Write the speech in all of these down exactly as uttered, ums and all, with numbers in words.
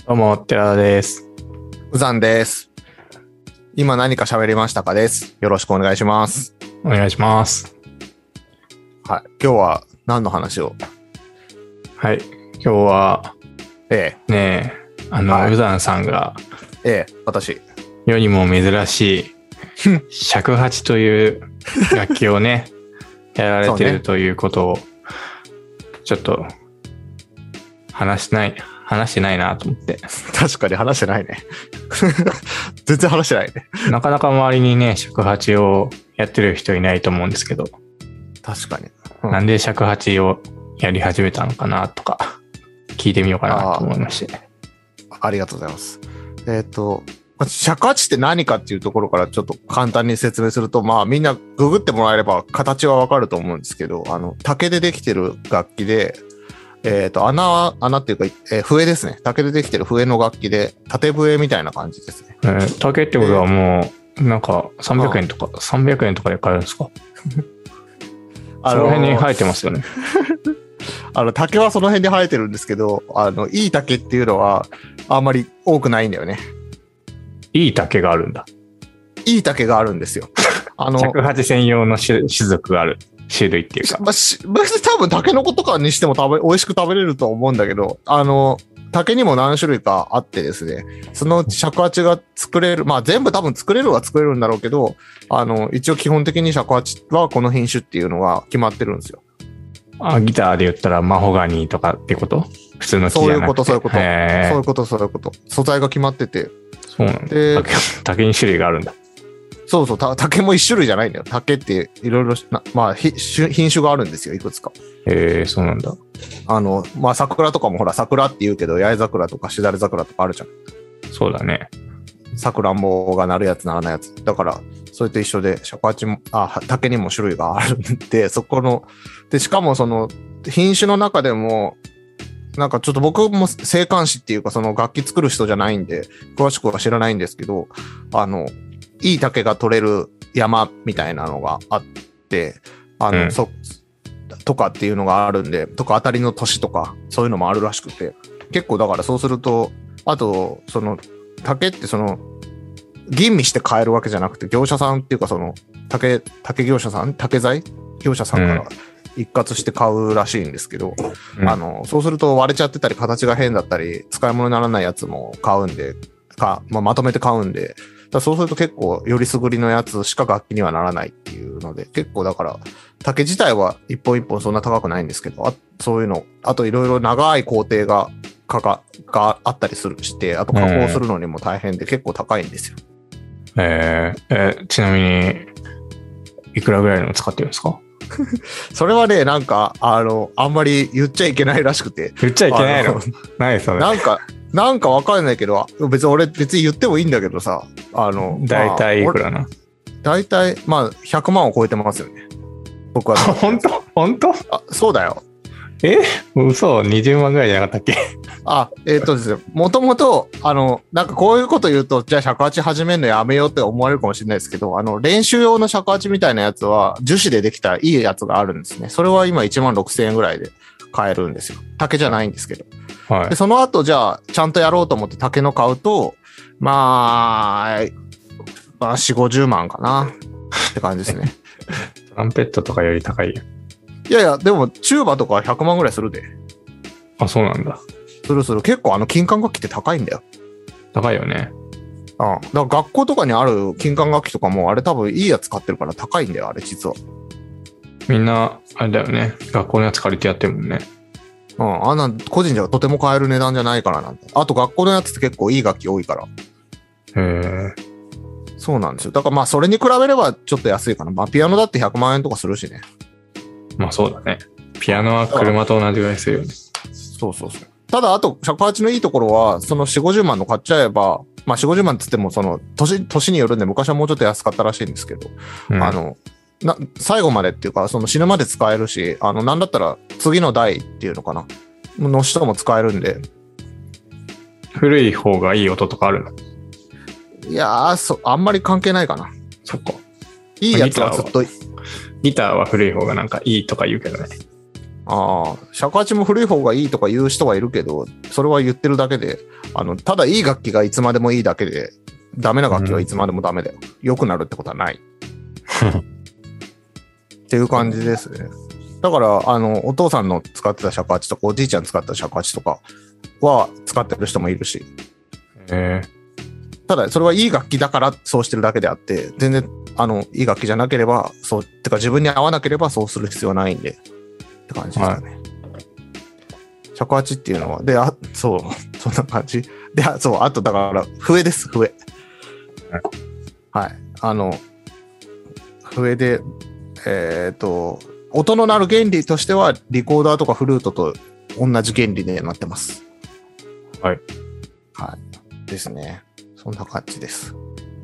どうも、寺田です。 うざんです。今何か喋りましたかです。よろしくお願いします。 お願いします。 はい。今日は何の話を？ はい。今日は、 ええ、ねえ、あの、はい、うざんさんが、 ええ、私。 世にも珍しい、尺八という楽器をね、やられてるということを、ちょっと、話してない、話してないなと思って。 確かに話してないね。全然話してないね。 なかなか周りにね、尺八をやってる人いないと思うんですけど。 確かに。 うん、なんで尺八をやり始めたのかなとか、聞いてみようかなと思いまして。 あ, ありがとうございます。えっと、尺八って何かっていうところからちょっと簡単に説明すると、まあみんなググってもらえれば形はわかると思うんですけど、あの、竹でできてる楽器で、えっと、穴は、穴っていうか、えー、笛ですね。竹でできてる笛の楽器で、縦笛みたいな感じですね。 えー、竹ってことはもう、なんかさんびゃくえんとか、さんびゃくえんとかで買えるんですか？あのー、その辺に生えてますよね。 あの、竹はその辺で生えてるんですけど、あの、いい竹っていうのは、あんまり多くないんだよね。 いい竹があるんだ。 いい竹があるんですよ。 あの、尺八専用の種族がある。種類っていうか。 まあ、し別に多分タケノコとかにしても食べ美味しく食べれると思うんだけど、あの、竹にも何種類かあってですね、その尺八が作れる、まあ全部多分作れるは作れるんだろうけど、あの、一応基本的に尺八はこの品種っていうのが決まってるんですよ。 あ、ギターで言ったらマホガニーとかってこと？普通の木じゃなくて。 そういうこと、そういうこと。そういうこと、そういうこと。素材が決まってて。 そうなんだ。竹、竹に種類があるんだ。 そうそう、竹も一種類じゃないんだよ。竹っていろいろ、まあ、品種があるんですよ、いくつか。 へえ、そうなんだ。 あの、まあ、桜とかもほら、桜って言うけど、八重桜とかしだれ桜とかあるじゃん。 そうだね。 桜んぼがなるやつならないやつ。だから、それと一緒で、尺八も、あ、竹にも種類があるんで、そこの、で、しかもその、品種の中でも、なんかちょっと僕も製管師っていうか、その楽器作る人じゃないんで、詳しくは知らないんですけど、あの、いい竹が取れる山みたいなのがあって、あの、うん、そ、とかっていうのがあるんで、とか当たりの年とか、そういうのもあるらしくて、結構だからそうすると、あと、その、竹ってその、吟味して買えるわけじゃなくて、業者さんっていうかその、竹、竹業者さん竹材業者さんから一括して買うらしいんですけど、うん、あの、そうすると割れちゃってたり、形が変だったり、使い物にならないやつも買うんで、か、まあ、まとめて買うんで、だそうすると結構よりすぐりのやつしか楽器にはならないっていうので、結構だから竹自体は一本一本そんな高くないんですけど、あそういうの、あといろいろ長い工程がかかがあったりするして、あと加工するのにも大変で結構高いんですよ。 えー、えー、ちなみにいくらぐらいの使ってるんですか？ それはね、なんかあのあんまり言っちゃいけないらしくて。 言っちゃいけないの？ないそれ。 なんか。なんかわかんないけど、別に俺別に言ってもいいんだけどさ、あの、 だいたいいくらな？ だいたい、まあ、ひゃくまんを超えてますよね。僕は。 本当？本当？ あ、そうだよ。 え？嘘、にじゅうまんぐらいじゃなかったっけ？ あ、えー、っとですね、もともと、あの、なんかこういうこと言うと、じゃあ尺八始めるのやめようって思われるかもしれないですけど、あの、練習用の尺八みたいなやつは、樹脂でできたいいやつがあるんですね。それは今いちまんろくせんえんぐらいで買えるんですよ。竹じゃないんですけど。はい、でその後じゃあちゃんとやろうと思って竹の買うとまあ、まあ、よん、ごじゅうまんかなって感じですね。 トランペットとかより高いよ。 いやいやでもチューバとかひゃくまんぐらいするで。 あ、そうなんだ。 するする。結構あの金管楽器って高いんだよ。 高いよね。 ああ、だから学校とかにある金管楽器とかもあれ多分いいやつ買ってるから高いんだよあれ実は。 みんなあれだよね、学校のやつ借りてやってるもんね。 うん、あんな個人じゃとても買える値段じゃないからなんだ。あと学校のやつって結構いい楽器多いから。 へえ。 そうなんですよ。だからまあそれに比べればちょっと安いかな。まあピアノだってひゃくまんえんとかするしね。 まあそうだね。ピアノは車と同じぐらいするよね。 そうそうそう。ただあと尺八のいいところはそのよんじゅう、ごじゅうまんの買っちゃえば、まあよんじゅう、ごじゅうまんって言ってもその年年によるんで昔はもうちょっと安かったらしいんですけど、うん、あの。な最後までっていうかその死ぬまで使えるし、あのなんだったら次の代っていうのかなの人も使えるんで。 古い方がいい音とかあるの？ いやーそあんまり関係ないかな。 そっか。 いいやつはずっとギターは古い方がなんかいいとか言うけどね。 ああ、尺八も古い方がいいとか言う人はいるけど、それは言ってるだけで、あの、ただいい楽器がいつまでもいいだけで、ダメな楽器はいつまでもダメだよ。良くなるってことはない。っていう感じですね。だから、あの、お父さんの使ってた尺八とか、おじいちゃん使ってた尺八とかは使ってる人もいるし。 へえ。 ただ、それはいい楽器だからそうしてるだけであって、全然、あの、いい楽器じゃなければ、そう、てか自分に合わなければそうする必要はないんで、って感じですかね。はい、尺八っていうのは、で、あ、そう、そんな感じ。で、あそう、あとだから、笛です、笛。はい。あの、笛で、えっと、音の鳴る原理としては、リコーダーとかフルートと同じ原理でなってます。 はい。 はい。ですね。そんな感じです。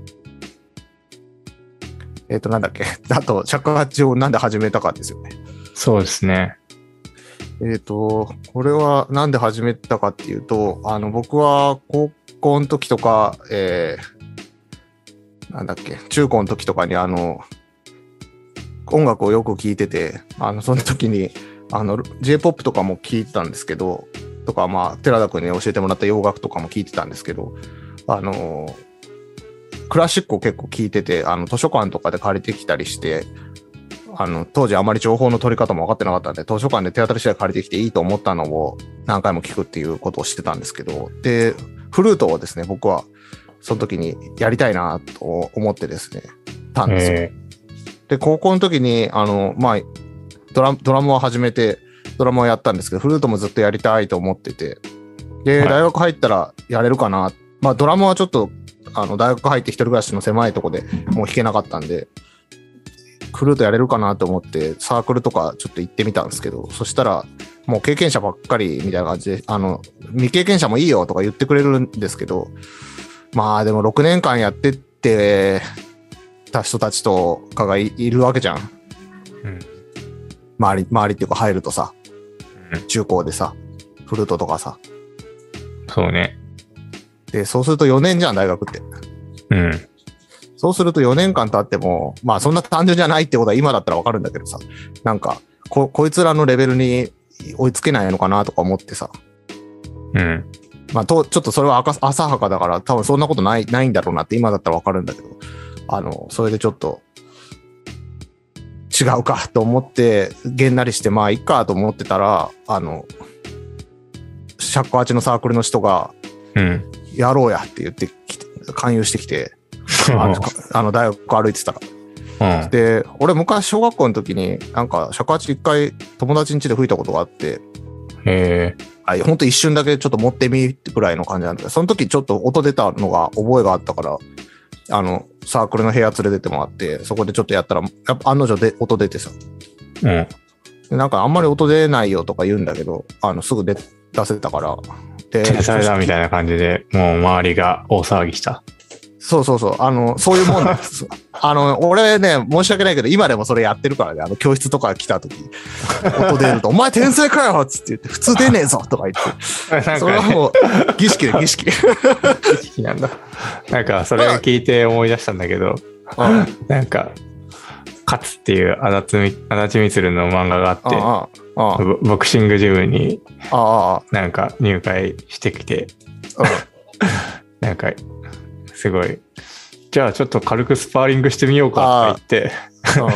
えっと、なんだっけ。あと、尺八をなんで始めたかですよね。 そうですね。 えっと、これはなんで始めたかっていうと、あの、僕は高校の時とか、えー、なんだっけ、中高の時とかにあの、音楽をよく聴いてて、あの、その時に、あの、J-ポップ とかも聴いてたんですけど、とか、まあ、寺田君に教えてもらった洋楽とかも聴いてたんですけど、あの、クラシックを結構聴いてて、あの、図書館とかで借りてきたりして、あの、当時あまり情報の取り方も分かってなかったんで、図書館で手当たり次第借りてきていいと思ったのを何回も聞くっていうことをしてたんですけど、で、フルートをですね、僕はその時にやりたいなと思ってですね、たんですよ。で、高校の時に、あの、まあ、ドラ、ドラムを始めて、ドラムをやったんですけど、フルートもずっとやりたいと思ってて、で、はい、大学入ったらやれるかな。まあ、ドラムはちょっと、あの、大学入って一人暮らしの狭いとこでもう弾けなかったんで、フルートやれるかなと思って、サークルとかちょっと行ってみたんですけど、そしたら、もう経験者ばっかりみたいな感じで、あの、未経験者もいいよとか言ってくれるんですけど、まあでもろくねんかんやってってた人たちとかが い, いるわけじゃん。うん。周り、周りっていうか入るとさ、うん、中高でさ、フルートとかさ。 そうね。 で、そうするとよねんじゃん、大学って。 うん。 そうするとよねんかん経っても、まあそんな単純じゃないってことは今だったらわかるんだけどさ、なんか、こ、こいつらのレベルに追いつけないのかなとか思ってさ。 うん。 まあと、ちょっとそれは浅はかだから多分そんなことない、ないんだろうなって今だったらわかるんだけど、あの、それでちょっと違うかと思って、げんなりしてまあいいかと思ってたら、あの、尺八のサークルの人が、 うん。 やろうやって言ってきて、勧誘してきて、あの、あの大学歩いてたら。うん、で、俺昔小学校の時になんか尺八一回友達ん家で吹いたことがあって、 へー。ほんと一瞬だけちょっと持ってみってくらいの感じなんだけど、その時ちょっと音出たのが覚えがあったから、あの、サークルの部屋連れてってもらって、そこでちょっとやったら、やっぱ案の定で音出てさ。 うん。 でなんかあんまり音出ないよとか言うんだけど、あの、すぐ出、出せたから。 で、天才だみたいな感じで、もう周りが大騒ぎした。 そうそうそう。あの、そういうもんなんです。あの、俺ね、申し訳ないけど、今でもそれやってるからね、あの、教室とか来た時、音出ると、お前天才かよつって言って、普通出ねえぞとか言って。それはもう、儀式で儀式。儀式なんだ。なんか、それを聞いて思い出したんだけど、うん、なんか、カツっていう足立み、足立みつるの漫画があって、ああああボクシングジムに、なんか入会してきて、なんか、すごい、じゃあちょっと軽くスパーリングしてみようかって言って、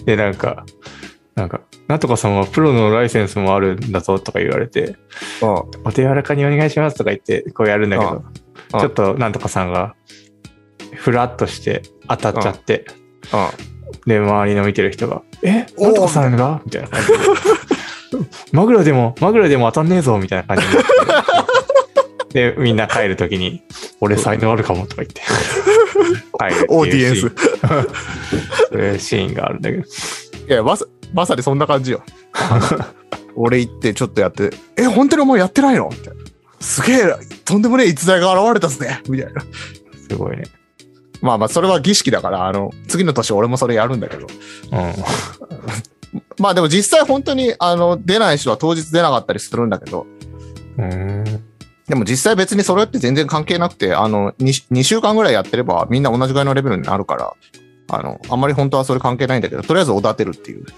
で、なんか、なんか、なんとかさんはプロのライセンスもあるんだぞとか言われて、お手柔らかにお願いしますとか言って、こうやるんだけど、ちょっとなんとかさんが、ふらっとして当たっちゃって、で、周りの見てる人が、え、なんとかさんがみたいな感じで、マグロでも、マグロでも当たんねえぞみたいな感じで、で、みんな帰るときに、俺才能あるかもとか言って、帰るオーディエンス。 そういうシーンがあるんだけど。いや、まさ、まさにそんな感じよ。俺行ってちょっとやって、え、本当にお前やってないのみたいな。すげえ、とんでもねえ逸材が現れたっすねみたいな。 すごいね。 まあまあ、それは儀式だから、あの、次の年俺もそれやるんだけど。うん。まあでも実際本当に、あの、出ない人は当日出なかったりするんだけど。 うん。 でも実際別にそれって全然関係なくて、あの、2, にしゅうかんぐらいやってればみんな同じぐらいのレベルになるから、あの、あんまり本当はそれ関係ないんだけど、とりあえずおだてるっていう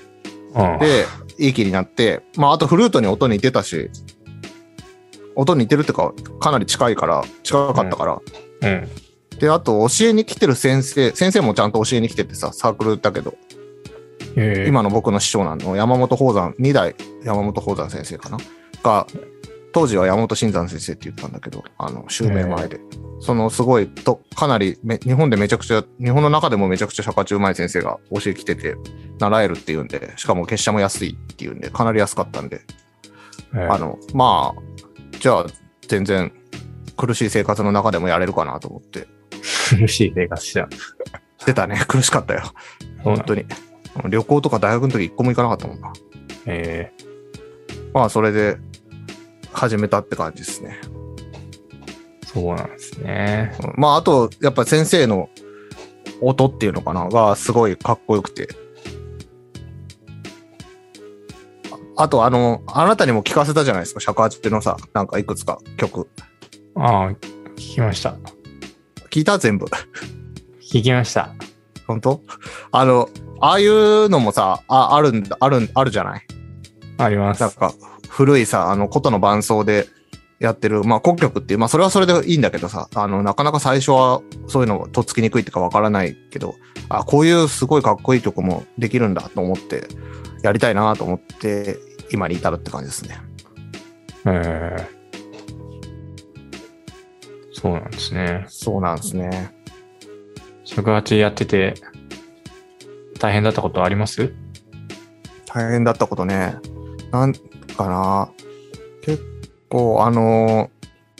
うん、 で、いい気になって、まあ、あとフルートに音似てたし、音似てるってか、かなり近いから、近かったから。 うん。 で、あと、教えに来てる先生、先生もちゃんと教えに来ててさ、サークルだけど、 えー、 今の僕の師匠なの、山本宝山、に代山本宝山先生かなが、当時は山本新山先生って言ったんだけど、あの、襲名前で。えー、その、すごい、と、かなりめ、日本でめちゃくちゃ、日本の中でもめちゃくちゃ尺八うまい先生が教え来てて、習えるっていうんで、しかも月謝も安いっていうんで、かなり安かったんで、えー、あの、まあ、じゃあ、全然、苦しい生活の中でもやれるかなと思って。 苦しい生活しちゃう。 してたね。苦しかったよ。本当に。旅行とか大学の時一個も行かなかったもんな。 えー、まあ、それで、始めたって感じですね。 そうなんですね。 うん、まあ、あと、やっぱ先生の音っていうのかなが、すごいかっこよくて。あと、あの、あなたにも聞かせたじゃないですか。尺八のさ、なんかいくつか曲。 ああ、聞きました。 聞いた全部。 聞きました。 本当？あの、ああいうのもさ、あ、あるんだ、ある、あるじゃない？ あります。 なんか、古いさ、あの、琴の伴奏でやってる、まあ、古曲っていう、まあ、それはそれでいいんだけどさ、あの、なかなか最初はそういうのとっつきにくいってかわからないけど、あ、こういうすごいかっこいい曲もできるんだと思って、やりたいなと思って、今に至るって感じですね。 へえ。そうなんですね。 そうなんですね。 尺八やってて、大変だったことあります？ 大変だったことね。なんかな。結構、あの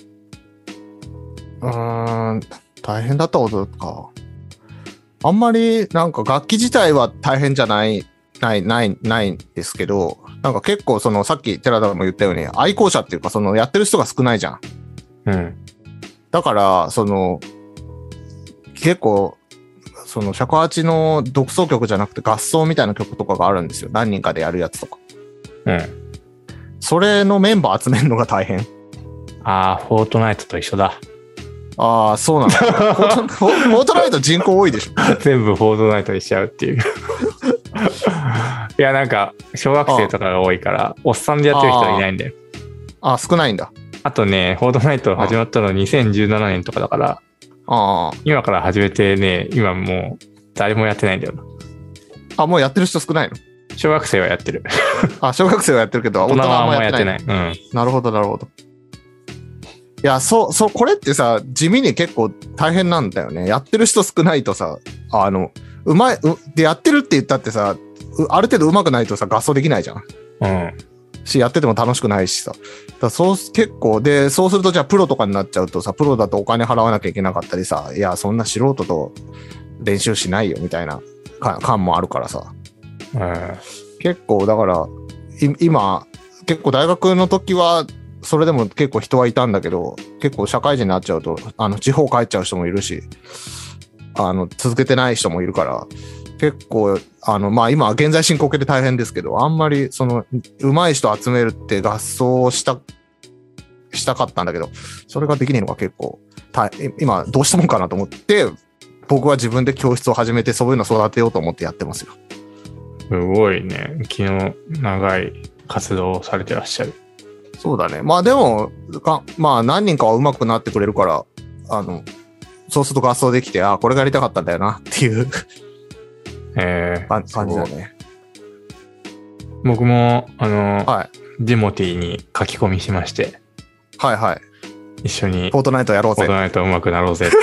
ー、うーん、大変だったことか。あんまり、なんか楽器自体は大変じゃない、ない、ない、ないんですけど、なんか結構その、さっき寺田も言ったように、愛好者っていうか、その、やってる人が少ないじゃん。 うん。 だから、その、結構、その尺八の独奏曲じゃなくて合奏みたいな曲とかがあるんですよ。何人かでやるやつとか。 うん。 それのメンバー集めるのが大変。 ああ、フォートナイトと一緒だ。 ああ、そうなんだ。フォート、フォートナイト人口多いでしょ。 全部フォートナイトにしちゃうっていう。いや、なんか、小学生とかが多いから、おっさんでやってる人はいないんだよ。 ああ、少ないんだ。 あとね、フォートナイト始まったのにせんじゅうななねんとかだから、 あ今から始めてね、今もう誰もやってないんだよな。 あ、もうやってる人少ないの？ 小学生はやってる。 あ、小学生はやってるけど、 大人はあんまやってない。 ない。うん。 なるほど、なるほど。いや、そう、そう、これってさ、地味に結構大変なんだよね。やってる人少ないとさ、あの、うまい、うで、やってるって言ったってさ、ある程度上手くないとさ、合奏できないじゃん。 うん。 し、やってても楽しくないしさ。だそう、結構、で、そうするとじゃあプロとかになっちゃうとさ、プロだとお金払わなきゃいけなかったりさ、いや、そんな素人と練習しないよみたいな感もあるからさ。 うん、 結構、だから、今、結構大学の時は、それでも結構人はいたんだけど、結構社会人になっちゃうと、あの、地方帰っちゃう人もいるし、あの、続けてない人もいるから、結構、あの、まあ今、現在進行形で大変ですけど、あんまり、その、上手い人集めるって合奏した、したかったんだけど、それができないのが結構、今、どうしたもんかなと思って、僕は自分で教室を始めて、そういうの育てようと思ってやってますよ。 すごいね。気の長い活動をされてらっしゃる。 そうだね。まあでも、かまあ何人かは上手くなってくれるから、あの、そうすると合奏できて、ああ、これがやりたかったんだよなっていうえー、 感じだね。 僕も、あの、 はい、 ディモティに書き込みしまして。 はいはい。 一緒に。 フォートナイトやろうぜ。 フォートナイト上手くなろうぜっていう。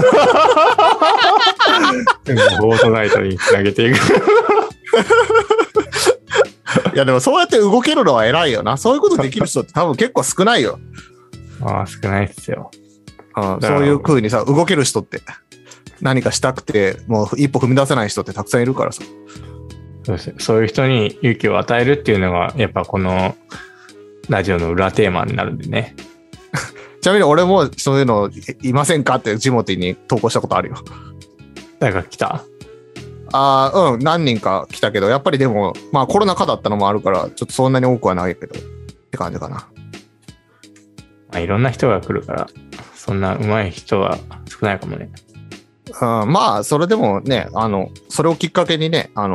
フォートナイトにつなげていく。 いやでもそうやって動けるのは偉いよな。そういうことできる人って多分結構少ないよ。 ああ、少ないっすよ。 うん、そういう風にさ、動ける人って。何かしたくて、もう一歩踏み出せない人ってたくさんいるからさ。 そうです。そういう人に勇気を与えるっていうのが、やっぱこのラジオの裏テーマになるんでね。 ちなみに俺もそういうのいませんかってジモティに投稿したことあるよ。 誰か来た？ ああ、うん、何人か来たけど、やっぱりでも、まあコロナ禍だったのもあるから、ちょっとそんなに多くはないけど、って感じかな。 まあ、いろんな人が来るから、そんな上手い人は少ないかもね。 うん、まあ、それでもね、あの、それをきっかけにね、あの、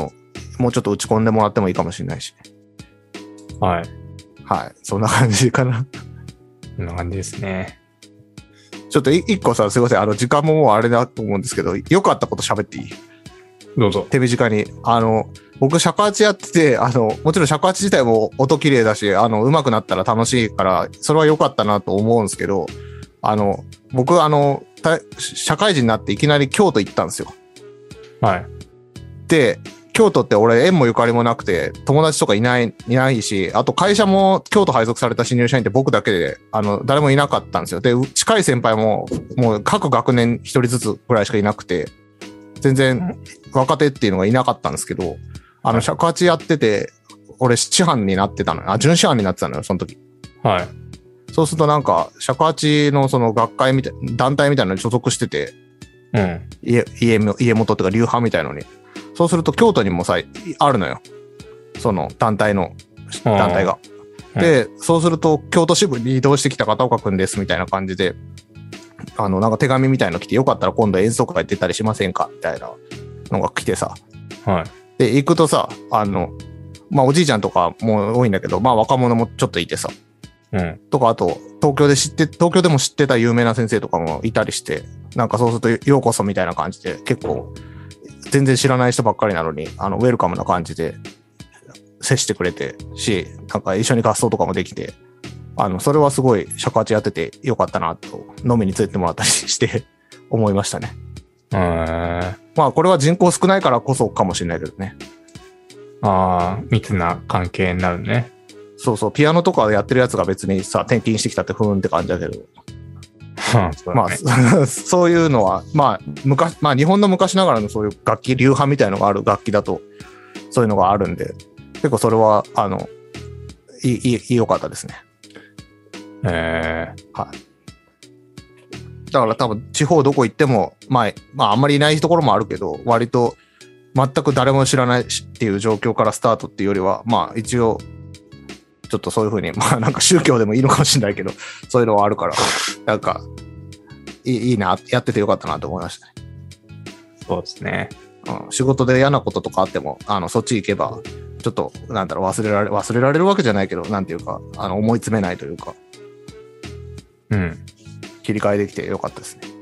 もうちょっと打ち込んでもらってもいいかもしれないし。 はい。 はい。そんな感じかな。 こんな感じですね。 ちょっと一個さ、すいません。あの、時間ももうあれだと思うんですけど、良かったこと喋っていい？ どうぞ。 手短に。あの、僕、尺八やってて、あの、もちろん尺八自体も音綺麗だし、あの、上手くなったら楽しいから、それは良かったなと思うんですけど、あの、僕、あの、社会人になっていきなり京都行ったんですよ。 はい。 で、京都って俺縁もゆかりもなくて、友達とかいない、いないし、あと会社も京都配属された新入社員って僕だけで、あの、誰もいなかったんですよ。で、近い先輩も、もう各学年一人ずつぐらいしかいなくて、全然若手っていうのがいなかったんですけど、あの、尺八やってて、俺師範になってたのよ。あ、準師範になってたのよ、その時。 はい。 そうするとなんか、尺八のその学会みたい、団体みたいなのに所属してて、 うん。 家、家も、家元とか流派みたいのに。そうすると京都にもさ、あるのよ。その団体の、団体が。で、そうすると京都支部に移動してきた片岡くんですみたいな感じで、あの、なんか手紙みたいの来て、よかったら今度演奏会出たりしませんかみたいなのが来てさ。 はい。 で、行くとさ、あの、まあおじいちゃんとかも多いんだけど、まあ若者もちょっといてさ。 うん。 とか、あと、東京で知って、東京でも知ってた有名な先生とかもいたりして、なんかそうすると、ようこそみたいな感じで、結構、全然知らない人ばっかりなのに、あの、ウェルカムな感じで接してくれてし、なんか一緒に合奏とかもできて、あの、それはすごい尺八やっててよかったなと、飲みに連れてもらったりして思いましたね。 うーん。 まあ、これは人口少ないからこそかもしれないけどね。 ああ、密な関係になるね。 そうそう、ピアノとかやってるやつが別にさ、転勤してきたってふーんって感じだけど。まあ、そういうのは、まあ、昔、まあ、日本の昔ながらのそういう楽器、流派みたいのがある楽器だと、そういうのがあるんで、結構それは、あの、いい、いい、良かったですね。 えー、 はい。だから多分、地方どこ行っても、まあ、まあ、あんまりいないところもあるけど、割と、全く誰も知らないっていう状況からスタートっていうよりは、まあ、一応、ちょっとそういうふうに、まあなんか宗教でもいいのかもしれないけど、そういうのはあるから、なんか、いい、いいな、やっててよかったなと思いましたね。 そうですね。 うん、仕事で嫌なこととかあっても、あの、そっち行けば、ちょっと、なんだろう、忘れられ、忘れられるわけじゃないけど、なんていうか、あの、思い詰めないというか、 うん。 切り替えできてよかったですね。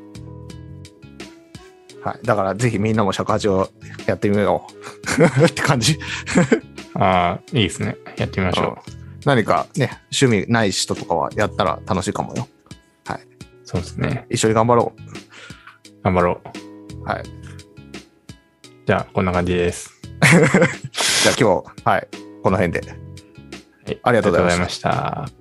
はい。だから、ぜひみんなも尺八をやってみようって感じ。 ああ、いいですね。やってみましょう。 うん、何かね、趣味ない人とかはやったら楽しいかもよ。はい。 そうですね。 一緒に頑張ろう。 頑張ろう。はい。 じゃあ、こんな感じです。 じゃあ今日、はい、この辺で。 はい、 ありがとうございました。 ありがとうございました。